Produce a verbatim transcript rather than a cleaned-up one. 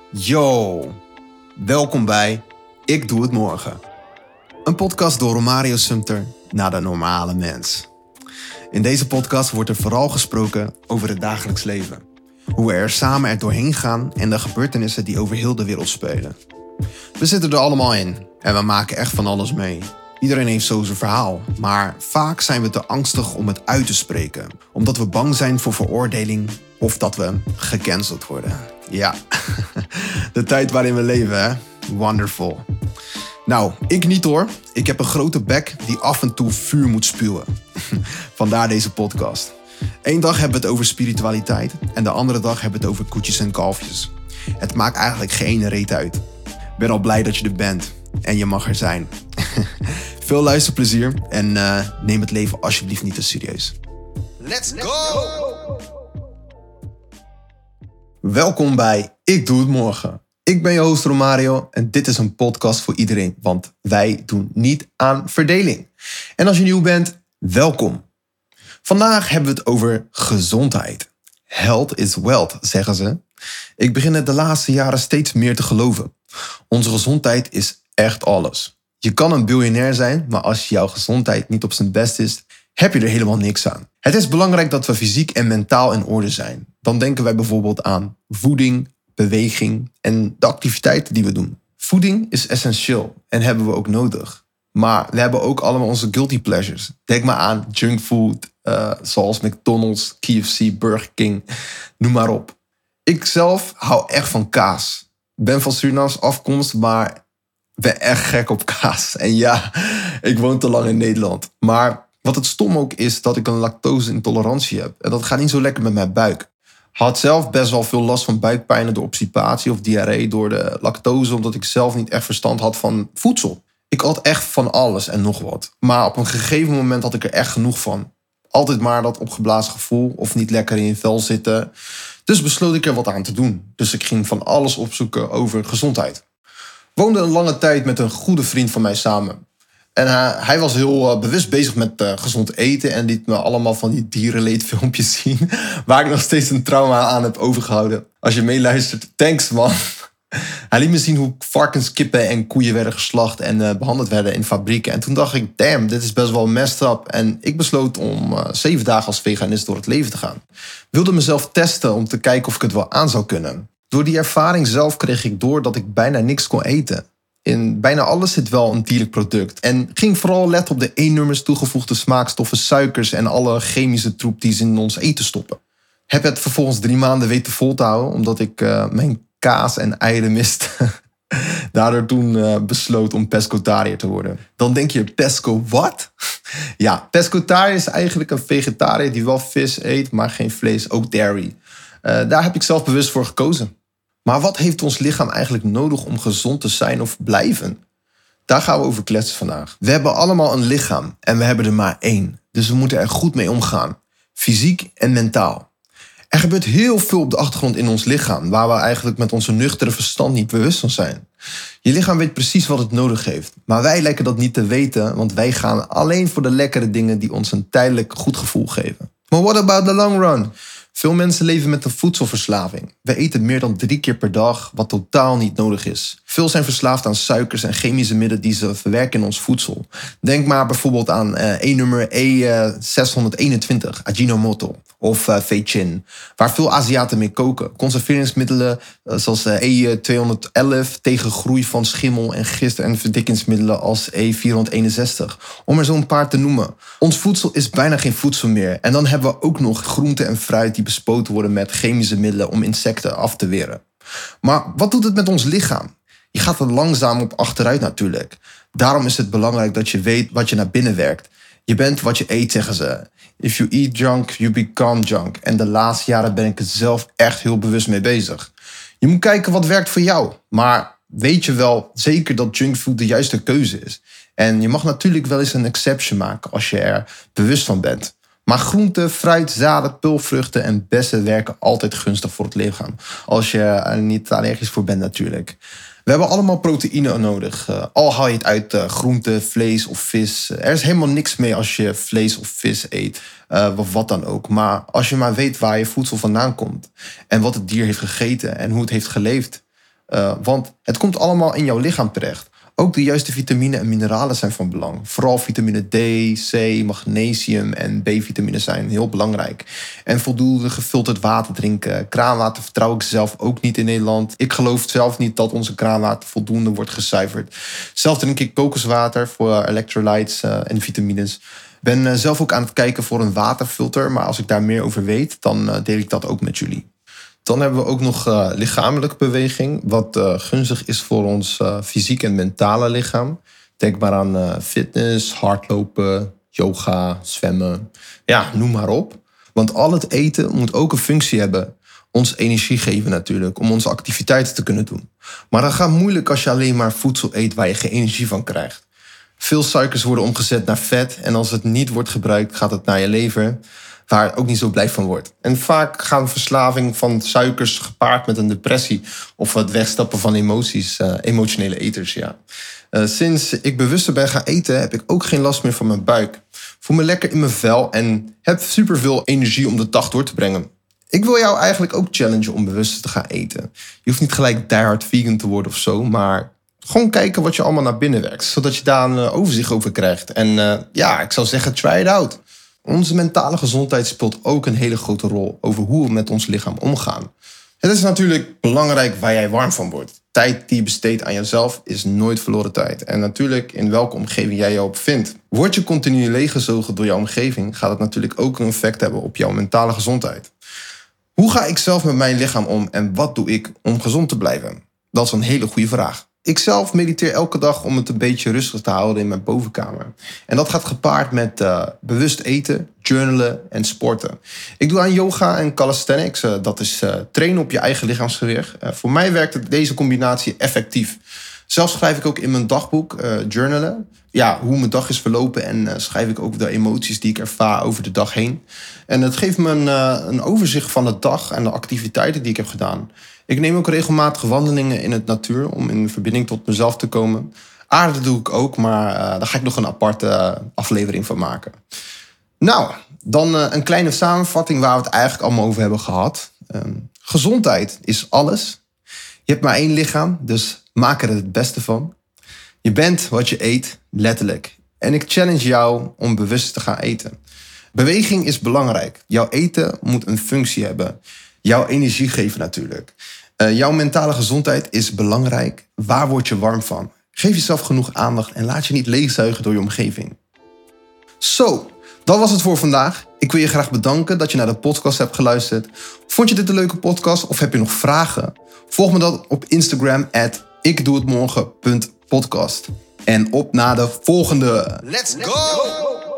Yo, welkom bij Ik Doe Het Morgen. Een podcast door Romario Sumter naar de normale mens. In deze podcast wordt er vooral gesproken over het dagelijks leven. Hoe we er samen er doorheen gaan en de gebeurtenissen die over heel de wereld spelen. We zitten er allemaal in en we maken echt van alles mee. Iedereen heeft zo zijn verhaal, maar vaak zijn we te angstig om het uit te spreken. Omdat we bang zijn voor veroordeling of dat we gecanceld worden. Ja, de tijd waarin we leven, hè? Wonderful. Nou, ik niet hoor. Ik heb een grote bek die af en toe vuur moet spuwen. Vandaar deze podcast. Eén dag hebben we het over spiritualiteit en de andere dag hebben we het over koetjes en kalfjes. Het maakt eigenlijk geen reet uit. Ik ben al blij dat je er bent en je mag er zijn. Veel luisterplezier en uh, neem het leven alsjeblieft niet te serieus. Let's go! Welkom bij Ik Doe Het Morgen. Ik ben je host Romario en dit is een podcast voor iedereen, want wij doen niet aan verdeling. En als je nieuw bent, welkom. Vandaag hebben we het over gezondheid. Health is wealth, zeggen ze. Ik begin het de laatste jaren steeds meer te geloven. Onze gezondheid is echt alles. Je kan een biljonair zijn, maar als jouw gezondheid niet op zijn best is, heb je er helemaal niks aan. Het is belangrijk dat we fysiek en mentaal in orde zijn. Dan denken wij bijvoorbeeld aan voeding, beweging en de activiteiten die we doen. Voeding is essentieel en hebben we ook nodig. Maar we hebben ook allemaal onze guilty pleasures. Denk maar aan junkfood, uh, zoals McDonald's, K F C, Burger King, noem maar op. Ik zelf hou echt van kaas. Ik ben van Surinaams afkomst, maar ben echt gek op kaas. En ja, ik woon te lang in Nederland. Maar wat het stom ook is dat ik een lactose-intolerantie heb. En dat gaat niet zo lekker met mijn buik. Had zelf best wel veel last van buikpijnen door obstipatie of diarree door de lactose, omdat ik zelf niet echt verstand had van voedsel. Ik at echt van alles en nog wat. Maar op een gegeven moment had ik er echt genoeg van. Altijd maar dat opgeblazen gevoel of niet lekker in je vel zitten. Dus besloot ik er wat aan te doen. Dus ik ging van alles opzoeken over gezondheid. Woonde een lange tijd met een goede vriend van mij samen. En hij, hij was heel uh, bewust bezig met uh, gezond eten en liet me allemaal van die dierenleedfilmpjes zien, waar ik nog steeds een trauma aan heb overgehouden. Als je meeluistert, thanks man. Hij liet me zien hoe varkens, kippen en koeien werden geslacht en uh, behandeld werden in fabrieken. En toen dacht ik, damn, dit is best wel messed up. En ik besloot om uh, zeven dagen als veganist door het leven te gaan. Wilde mezelf testen om te kijken of ik het wel aan zou kunnen. Door die ervaring zelf kreeg ik door dat ik bijna niks kon eten. In bijna alles zit wel een dierlijk product. En ging vooral letten op de E-nummers, toegevoegde smaakstoffen, suikers en alle chemische troep die ze in ons eten stoppen. Heb het vervolgens drie maanden weten vol te houden, omdat ik uh, mijn kaas en eieren miste. Daardoor toen uh, besloot om pescotariër te worden. Dan denk je, pesco wat? Ja, pescotariër is eigenlijk een vegetariër die wel vis eet, maar geen vlees, ook dairy. Uh, daar heb ik zelf bewust voor gekozen. Maar wat heeft ons lichaam eigenlijk nodig om gezond te zijn of blijven? Daar gaan we over kletsen vandaag. We hebben allemaal een lichaam en we hebben er maar één. Dus we moeten er goed mee omgaan. Fysiek en mentaal. Er gebeurt heel veel op de achtergrond in ons lichaam, waar we eigenlijk met onze nuchtere verstand niet bewust van zijn. Je lichaam weet precies wat het nodig heeft. Maar wij lijken dat niet te weten, want wij gaan alleen voor de lekkere dingen die ons een tijdelijk goed gevoel geven. Maar what about the long run? Veel mensen leven met een voedselverslaving. We eten meer dan drie keer per dag, wat totaal niet nodig is. Veel zijn verslaafd aan suikers en chemische middelen die ze verwerken in ons voedsel. Denk maar bijvoorbeeld aan uh, E-nummer E zeshonderdeenentwintig, Ajinomoto, of uh, Feichin, waar veel Aziaten mee koken. Conserveringsmiddelen uh, zoals uh, E tweehonderdelf tegen groei van schimmel en gist en verdikkingsmiddelen als E vierhonderdeenenzestig, om er zo een paar te noemen. Ons voedsel is bijna geen voedsel meer. En dan hebben we ook nog groenten en fruit die bespoten worden met chemische middelen om insecten af te weren. Maar wat doet het met ons lichaam? Je gaat er langzaam op achteruit natuurlijk. Daarom is het belangrijk dat je weet wat je naar binnen werkt. Je bent wat je eet, zeggen ze. If you eat junk, you become junk. En de laatste jaren ben ik er zelf echt heel bewust mee bezig. Je moet kijken wat werkt voor jou. Maar weet je wel zeker dat junkfood de juiste keuze is. En je mag natuurlijk wel eens een exception maken als je er bewust van bent. Maar groenten, fruit, zaden, pulvruchten en bessen werken altijd gunstig voor het lichaam. Als je er niet allergisch voor bent natuurlijk. We hebben allemaal proteïne nodig. Uh, al haal je het uit uh, groente, vlees of vis. Er is helemaal niks mee als je vlees of vis eet. Uh, of wat dan ook. Maar als je maar weet waar je voedsel vandaan komt. En wat het dier heeft gegeten en hoe het heeft geleefd. Uh, want het komt allemaal in jouw lichaam terecht. Ook de juiste vitamine en mineralen zijn van belang. Vooral vitamine D, C, magnesium en B-vitamine zijn heel belangrijk. En voldoende gefilterd water drinken. Kraanwater vertrouw ik zelf ook niet in Nederland. Ik geloof zelf niet dat onze kraanwater voldoende wordt gezuiverd. Zelf drink ik kokoswater voor electrolytes uh, en vitamines. Ik ben uh, zelf ook aan het kijken voor een waterfilter. Maar als ik daar meer over weet, dan uh, deel ik dat ook met jullie. Dan hebben we ook nog uh, lichamelijke beweging, wat uh, gunstig is voor ons uh, fysiek en mentale lichaam. Denk maar aan uh, fitness, hardlopen, yoga, zwemmen. Ja, noem maar op. Want al het eten moet ook een functie hebben. Ons energie geven natuurlijk, om onze activiteiten te kunnen doen. Maar dat gaat moeilijk als je alleen maar voedsel eet waar je geen energie van krijgt. Veel suikers worden omgezet naar vet en als het niet wordt gebruikt, gaat het naar je lever, waar het ook niet zo blij van wordt. En vaak gaan verslaving van suikers gepaard met een depressie of het wegstappen van emoties, uh, emotionele eters, ja. Uh, sinds ik bewuster ben gaan eten, heb ik ook geen last meer van mijn buik. Voel me lekker in mijn vel en heb superveel energie om de dag door te brengen. Ik wil jou eigenlijk ook challengen om bewuster te gaan eten. Je hoeft niet gelijk diehard vegan te worden of zo, maar gewoon kijken wat je allemaal naar binnen werkt, zodat je daar een uh, overzicht over krijgt. En uh, ja, ik zou zeggen, try it out. Onze mentale gezondheid speelt ook een hele grote rol over hoe we met ons lichaam omgaan. Het is natuurlijk belangrijk waar jij warm van wordt. Tijd die je besteedt aan jezelf is nooit verloren tijd. En natuurlijk in welke omgeving jij je op bevindt. Word je continu leeggezogen door jouw omgeving, gaat het natuurlijk ook een effect hebben op jouw mentale gezondheid. Hoe ga ik zelf met mijn lichaam om en wat doe ik om gezond te blijven? Dat is een hele goede vraag. Ik zelf mediteer elke dag om het een beetje rustig te houden in mijn bovenkamer. En dat gaat gepaard met uh, bewust eten, journalen en sporten. Ik doe aan yoga en calisthenics. Uh, dat is uh, trainen op je eigen lichaamsgewicht. Uh, voor mij werkt deze combinatie effectief. Zelf schrijf ik ook in mijn dagboek, uh, journalen, ja, hoe mijn dag is verlopen. En uh, schrijf ik ook de emoties die ik ervaar over de dag heen. En het geeft me een, uh, een overzicht van de dag en de activiteiten die ik heb gedaan. Ik neem ook regelmatig wandelingen in het natuur om in verbinding tot mezelf te komen. Aarden doe ik ook, maar uh, daar ga ik nog een aparte uh, aflevering van maken. Nou, dan uh, een kleine samenvatting waar we het eigenlijk allemaal over hebben gehad. Um, gezondheid is alles. Je hebt maar één lichaam, dus maak er het beste van. Je bent wat je eet, letterlijk. En ik challenge jou om bewust te gaan eten. Beweging is belangrijk. Jouw eten moet een functie hebben. Jouw energie geven natuurlijk. Uh, jouw mentale gezondheid is belangrijk. Waar word je warm van? Geef jezelf genoeg aandacht en laat je niet leegzuigen door je omgeving. Zo, dat was het voor vandaag. Ik wil je graag bedanken dat je naar de podcast hebt geluisterd. Vond je dit een leuke podcast of heb je nog vragen? Volg me dan op Instagram at ikdoehetmorgen punt podcast. En op naar de volgende. Let's go!